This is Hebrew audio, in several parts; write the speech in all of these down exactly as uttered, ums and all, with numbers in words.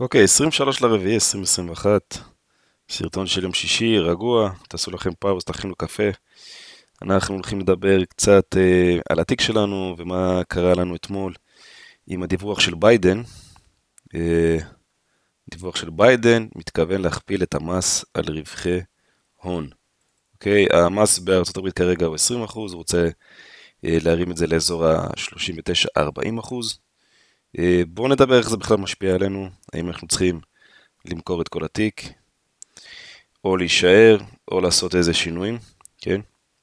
אוקיי, עשרים ושלוש לרביעי עשרים עשרים ואחת, סרטון של יום שישי, רגוע, תעשו לכם פאוז, תכינו קפה. אנחנו הולכים לדבר קצת אה, על התיק שלנו ומה קרה לנו אתמול עם הדיווח של ביידן. אה, דיווח של ביידן מתכוון להכפיל את המס על רווחי הון. אוקיי, המס בארצות הברית כרגע הוא עשרים אחוז, הוא רוצה אה, להרים את זה לאזור ה-שלושים ותשע ארבעים אחוז. אה, בואו נדבר איך זה בכלל משפיע עלינו, האם אנחנו צריכים למכור את כל התיק, או להישאר, או לעשות איזה שינויים, כן?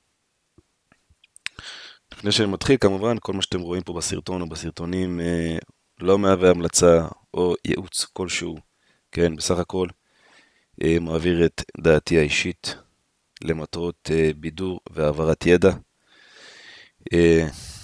לפני שאני מתחיל, כמובן, כל מה שאתם רואים פה בסרטון או בסרטונים אה, לא מהווה המלצה או ייעוץ כלשהו, כן? בסך הכל אה, מעביר את דעתי האישית למטרות אה, בידור והעברת ידע. אה,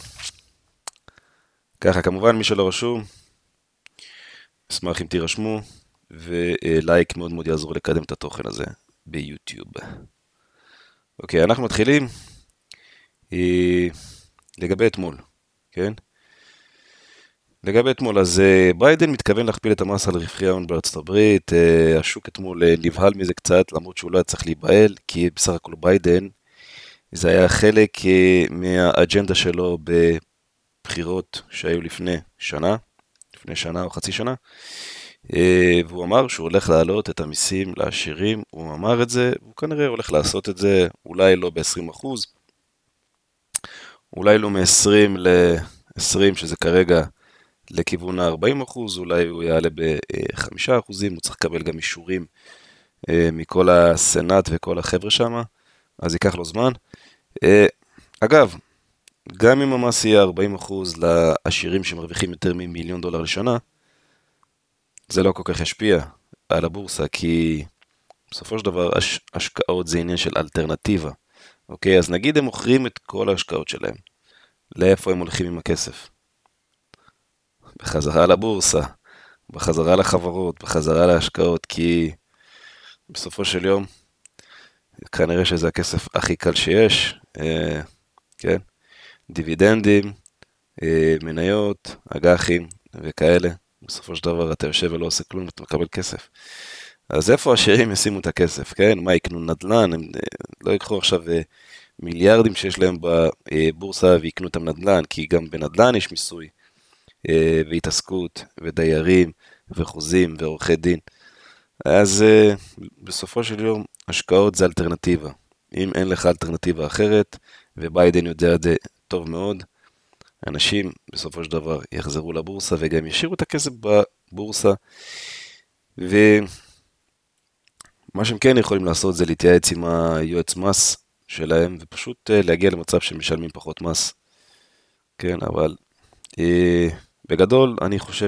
ככה, כמובן, מי שלא רשום, אשמח אם תירשמו, ולייק מאוד מאוד יעזור לקדם את התוכן הזה ביוטיוב. אוקיי, אנחנו מתחילים. אה, לגבי אתמול, כן? לגבי אתמול, אז אה, ביידן מתכוון להכפיל את המס על רווחי ההון בארצות הברית. אה, השוק אתמול אה, נבהל מזה קצת, למרות שהוא לא היה צריך להיבהל, כי בסך הכל ביידן, זה היה חלק אה, מהאג'נדה שלו בבחירות שהיו לפני שנה, לפני שנה או חצי שנה, אה, והוא אמר שהוא הולך להעלות את המיסים לעשירים, הוא אמר את זה, הוא כנראה הולך לעשות את זה, אולי לא ב-עשרים אחוז, אולי לא מ-עשרים ל-עשרים, שזה כרגע לכיוון ה-ארבעים אחוז, אולי הוא יעלה ב-חמישה אחוזים, הוא צריך לקבל גם אישורים אה, מכל הסנאט וכל החבר'ה שם, אז ייקח לו זמן. אה, אגב, גם אם המס יהיה ארבעים אחוז לעשירים שמרוויחים יותר ממיליון דולר לשנה, זה לא כל כך ישפיע על הבורסה, כי בסופו של דבר הש- השקעות זה עניין של אלטרנטיבה. אוקיי, אז נגיד הם מוכרים את כל ההשקעות שלהם, לאיפה הם הולכים עם הכסף? בחזרה לבורסה, בחזרה לחברות, בחזרה להשקעות, כי בסופו של יום, כנראה שזה הכסף הכי קל שיש, אה, כן? דיבידנדים, אה, מניות, אג"חים וכאלה. בסופו של דבר אתה יושב ולא עושה כלום ואתה מקבל כסף. אז איפה העשירים ישימו את הכסף, כן? מה, יקנו נדל"ן? הם אה, לא יקחו עכשיו אה, מיליארדים שיש להם בבורסה ויקנו את הנדל"ן, כי גם בנדל"ן יש מיסוי אה, והתעסקות ודיירים וחוזים ועורכי דין. אז uh, בסופו של יום, השקעות זה אלטרנטיבה. אם אין לך אלטרנטיבה אחרת, וביידן יודע את זה טוב מאוד, אנשים בסופו של דבר יחזרו לבורסה וגם ישאירו את הכסף בבורסה, ומה שהם כן יכולים לעשות זה להתייעץ עם היועץ מס שלהם, ופשוט uh, להגיע למצב שהם משלמים פחות מס. כן, אבל uh, בגדול אני חושב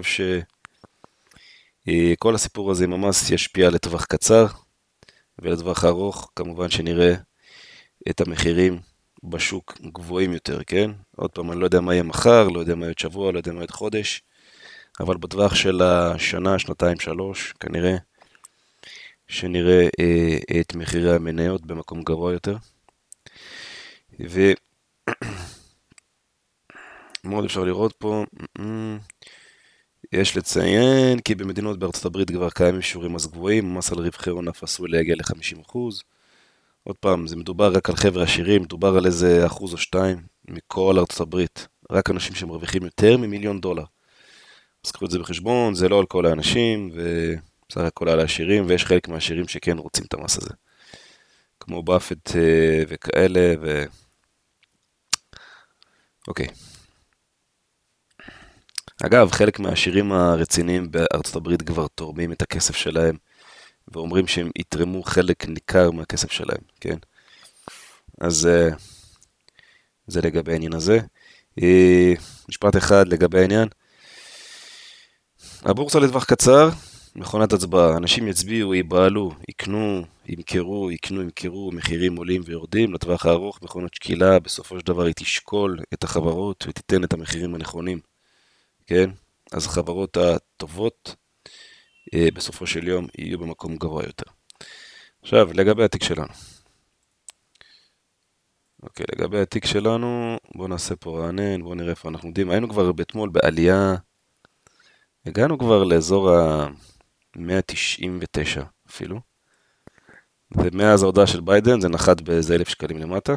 שכל הסיפור הזה עם המס ישפיע לטווח קצר, ולטווח ארוך כמובן שנראה את המחירים בשוק גבוהים יותר, כן? עוד פעם, אני לא יודע מה יהיה מחר, לא יודע מה יהיה עוד שבוע, לא יודע מה יהיה עוד חודש, אבל בטווח של השנה, שנתיים, שלוש, כנראה שנראה אה, את מחירי המניות במקום גבוה יותר. ומאוד אפשר לראות פה, יש לציין כי במדינות בארצות הברית כבר קיימים שיעורי מס גבוהים, מס על רווחי הון אף עשוי להגיע ל-חמישים אחוז. עוד פעם, זה מדובר רק על חבר'ה עשירים, מדובר על איזה אחוז או שתיים מכל ארצות הברית. רק אנשים שמרוויחים יותר ממיליון דולר. אז קחו את זה בחשבון, זה לא על כל האנשים, ובסך הכל על העשירים, ויש חלק מהעשירים שכן רוצים את המס הזה. כמו באפט אה, וכאלה, ו... אוקיי. אגב, חלק מהעשירים הרציניים בארצות הברית כבר תורמים את הכסף שלהם, ואומרים שהם יתרמו חלק ניכר מהכסף שלהם, כן? אז אה, זה לגבי העניין הזה. אה, משפט אחד לגבי העניין. הבורסה לטווח קצר, מכונת הצבעה. אנשים יצביעו, ייבהלו, יקנו, ימכרו, יקנו, ימכרו, מחירים עולים ויורדים. לטווח הארוך, מכונת שקילה, בסופו של דבר היא תשקול את החברות ותיתן את המחירים הנכונים, כן? אז החברות הטובות אה, בסופו של יום יהיו במקום גבוה יותר. עכשיו, לגבי התיק שלנו. אוקיי, לגבי התיק שלנו, בואו נעשה פה רענן, בואו נראה איפה אנחנו עומדים. היינו כבר אתמול בעלייה, הגענו כבר לאזור ה... מאה תשעים ותשע אפילו. ומאז ההודעה של ביידן זה נחת באיזה אלף שקלים למטה.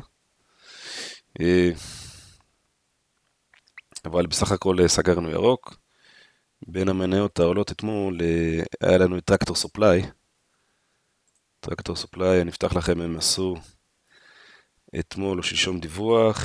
אבל בסך הכל סגרנו ירוק. בין המניות העולות אתמול היה לנו את טרקטור סופליי. טרקטור סופליי, אני אפתח לכם, הם עשו אתמול או שלשום דיווח.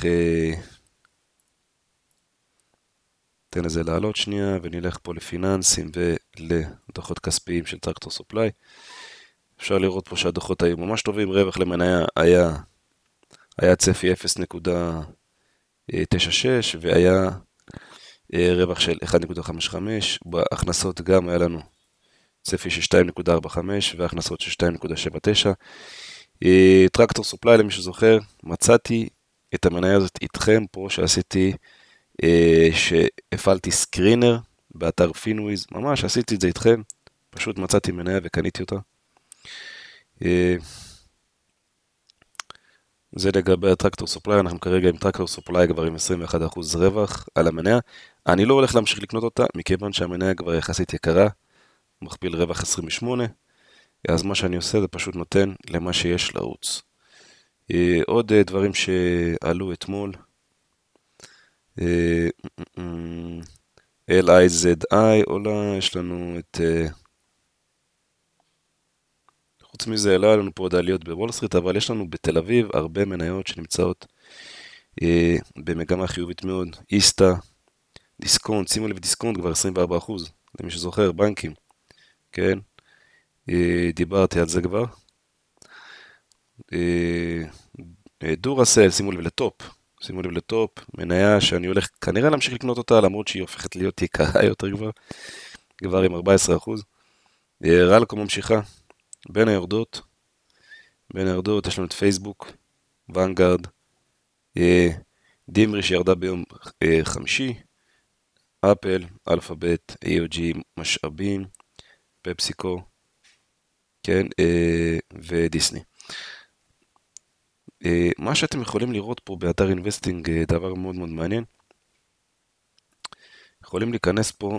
תן לזה לעלות שנייה ונלך פה לפיננסים ולדוחות כספיים של טרקטור סופליי. אפשר לראות פה שהדוחות היו ממש טובים, רווח למניה היה, היה צפי אפס נקודה תשע שש והיה רווח של אחת נקודה חמישים וחמש, בהכנסות גם היה לנו צפי של שתיים נקודה ארבעים וחמש והכנסות של שתיים נקודה שבעים ותשע. טרקטור סופליי, למי שזוכר, מצאתי את המניה הזאת איתכם פה שעשיתי, שהפעלתי סקרינר באתר פינוויז, ממש עשיתי את זה איתכם, פשוט מצאתי מניה וקניתי אותה. זה לגבי הטרקטור סופליי, אנחנו כרגע עם טרקטור סופליי כבר עם עשרים ואחד אחוז רווח על המניה. אני לא הולך להמשיך לקנות אותה, מכיוון שהמניה כבר יחסית יקרה, מכפיל רווח עשרים ושמונה, אז מה שאני עושה זה פשוט נותן למה שיש לרוץ. עוד דברים שעלו אתמול, אל איי זד איי עולה, יש לנו את... חוץ מזה, לא היה לנו פה עוד עליות בוול סטריט, אבל יש לנו בתל אביב הרבה מניות שנמצאות אה, במגמה חיובית מאוד. איסטה, דיסקונט, שימו לב, דיסקונט כבר עשרים וארבעה אחוז, למי שזוכר, בנקים, כן? אה, דיברתי על זה כבר. אה, אה, דורסל, שימו לב לטופ, שימו לב לטופ, מניה שאני הולך כנראה להמשיך לקנות אותה, למרות שהיא הופכת להיות יקרה יותר כבר, כבר עם ארבעה עשר אחוז. אה, רלקום ממשיכה. בין היורדות, בין היורדות יש לנו את פייסבוק, ונגארד, דימרי שירדה ביום חמישי, אפל, אלפאבית, איי או ג'י, משאבים, פפסיקו, כן, ודיסני. מה שאתם יכולים לראות פה באתר אינבסטינג, דבר מאוד מאוד מעניין, יכולים להיכנס פה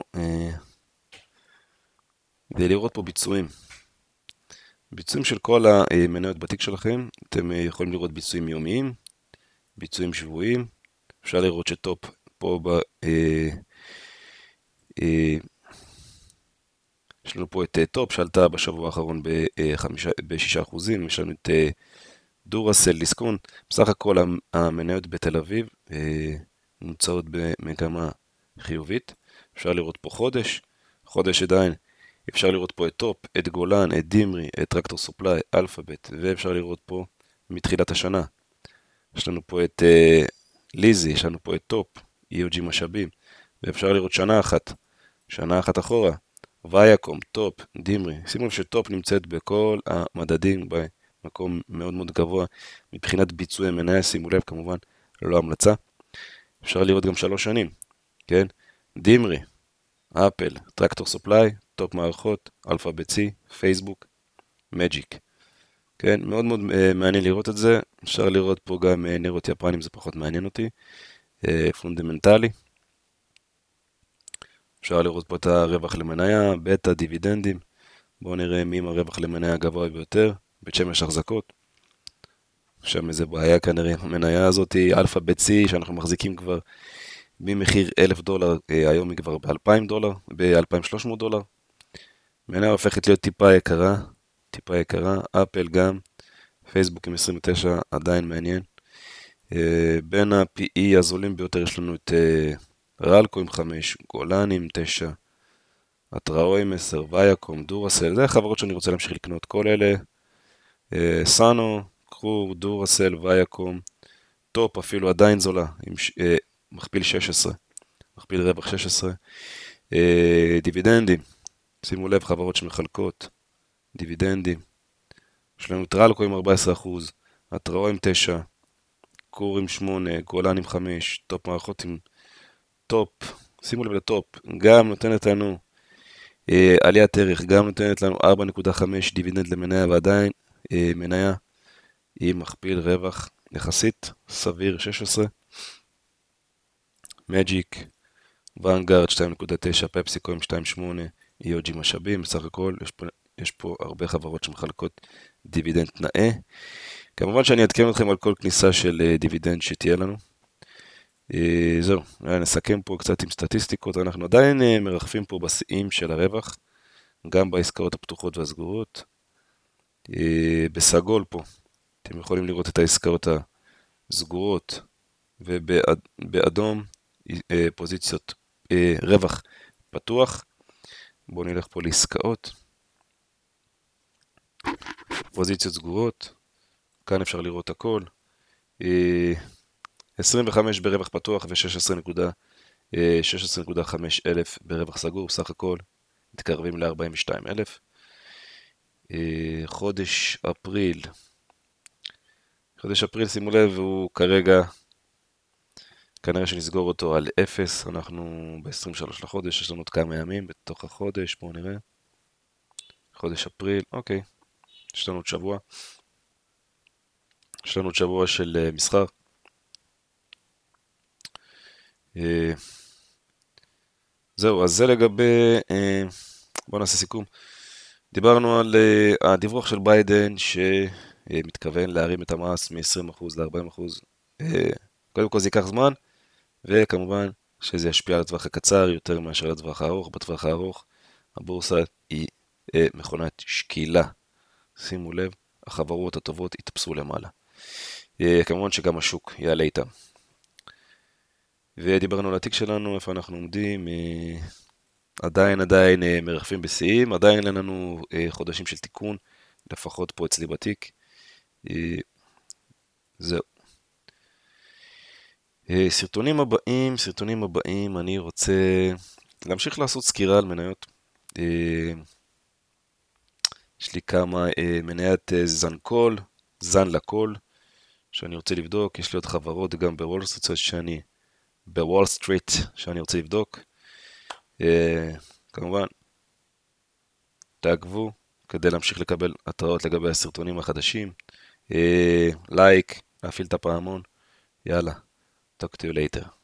ולראות פה ביצועים. ביצועים של כל המניות בתיק שלכם, אתם יכולים לראות ביצועים יומיים, ביצועים שבועיים, אפשר לראות שטופ פה ב... אה, אה, יש לנו פה את טופ שעלתה בשבוע האחרון ב-שישה אחוזים, יש לנו את דורסל, דיסקונט, בסך הכל המניות בתל אביב אה, נמצאות במגמה חיובית, אפשר לראות פה חודש, חודש עדיין, אפשר לראות פה את טופ, את גולן, את דימרי, את טרקטור סופליי, אלפאבית, ואפשר לראות פה מתחילת השנה. יש לנו פה את uh, ליזי, יש לנו פה את טופ, איי או ג'י משאבים, ואפשר לראות שנה אחת, שנה אחת אחורה, ויאקום, טופ, דימרי. שימו לב שטופ נמצאת בכל המדדים במקום מאוד מאוד גבוה, מבחינת ביצועי מניה, שימו לב כמובן, לא המלצה. אפשר לראות גם שלוש שנים, כן? דימרי, אפל, טרקטור סופליי, טופ מערכות, אלפאבית C, פייסבוק, מג'יק. כן, מאוד מאוד uh, מעניין לראות את זה. אפשר לראות פה גם uh, נרות יפנים, זה פחות מעניין אותי. Uh, פונדמנטלי. אפשר לראות פה את הרווח למניה, בטא, דיבידנדים. בואו נראה מי עם הרווח למניה הגבוה ביותר. בית שמש החזקות. שם איזה בעיה כנראה עם המניה הזאת, אלפאבית C, שאנחנו מחזיקים כבר ממחיר אלף דולר, uh, היום היא כבר ב-אלפיים דולר, ב-אלפיים ושלוש מאות דולר. מניה הופכת להיות טיפה יקרה, טיפה יקרה, אפל גם, פייסבוק עם עשרים ותשע עדיין מעניין. בין ה-פי אי הזולים ביותר יש לנו את רלקו עם חמש, גולן עם תשע, אטראו עם עשר, ויאקום, דורסל, זה החברות שאני רוצה להמשיך לקנות, כל אלה, סאנו, קרור, דורסל, ויאקום, טופ אפילו עדיין זולה, עם מכפיל שש עשרה, מכפיל רווח שש עשרה, דיבידנדים, שימו לב, חברות שמחלקות, דיבידנדים, יש לנו את רלקו עם ארבעה עשר אחוז, אטראו עם תשע, קור עם שמונה, גולן עם חמש, טופ מערכות עם טופ, שימו לב לטופ, גם נותנת לנו אה, עליית ערך, גם נותנת לנו ארבע נקודה חמש דיבידנד למניה, ועדיין אה, מניה עם מכפיל רווח יחסית סביר שש עשרה, מג'יק, ונגארד שתיים נקודה תשע, פפסיקו עם שתיים נקודה שמונה, E O G משאבים, בסך הכל יש פה, יש פה הרבה חברות שמחלקות דיבידנד נאה. כמובן שאני אעדכן אתכם על כל כניסה של אה, דיבידנד שתהיה לנו. אה, זהו, נסכם פה קצת עם סטטיסטיקות, אנחנו עדיין אה, מרחפים פה בשיאים של הרווח, גם בעסקאות הפתוחות והסגורות. אה, בסגול פה, אתם יכולים לראות את העסקאות הסגורות, ובאדום אה, פוזיציות אה, רווח פתוח. בואו נלך פה לעסקאות. פוזיציות סגורות, כאן אפשר לראות הכל. אה, עשרים וחמש ברווח פתוח ו-שש עשרה נקודה חמש אלף ברווח סגור, בסך הכל מתקרבים ל-ארבעים ושתיים אלף. אה, חודש אפריל, חודש אפריל שימו לב, הוא כרגע, כנראה שנסגור אותו על אפס, אנחנו ב-עשרים ושלושה לחודש, יש לנו עוד כמה ימים בתוך החודש, בואו נראה. חודש אפריל, אוקיי, יש לנו עוד שבוע. יש לנו עוד שבוע של uh, מסחר. Uh, זהו, אז זה לגבי, uh, בואו נעשה סיכום. דיברנו על uh, הדיווח של ביידן שמתכוון להרים את המס מ-עשרים אחוז ל-ארבעים אחוז. Uh, קודם כל זה ייקח זמן, וכמובן שזה ישפיע על הטווח הקצר יותר מאשר לטווח הארוך. בטווח הארוך הבורסה היא uh, מכונת שקילה. שימו לב, החברות הטובות יתאפסו למעלה. Uh, כמובן שגם השוק יעלה איתם. ודיברנו על התיק שלנו, איפה אנחנו עומדים, uh, עדיין עדיין uh, מרחפים בשיאים, עדיין אין לנו uh, חודשים של תיקון, לפחות פה אצלי בתיק. Uh, זהו. Uh, סרטונים הבאים, סרטונים הבאים, אני רוצה להמשיך לעשות סקירה על מניות. Uh, יש לי כמה uh, מניית uh, זנקול, זן לכל, שאני רוצה לבדוק. יש לי עוד חברות גם בוול סטריט שאני, בוול סטריט שאני רוצה לבדוק. Uh, כמובן, תעקבו כדי להמשיך לקבל התראות לגבי הסרטונים החדשים. Uh, לייק, להפעיל את הפעמון. יאללה, talk to you later.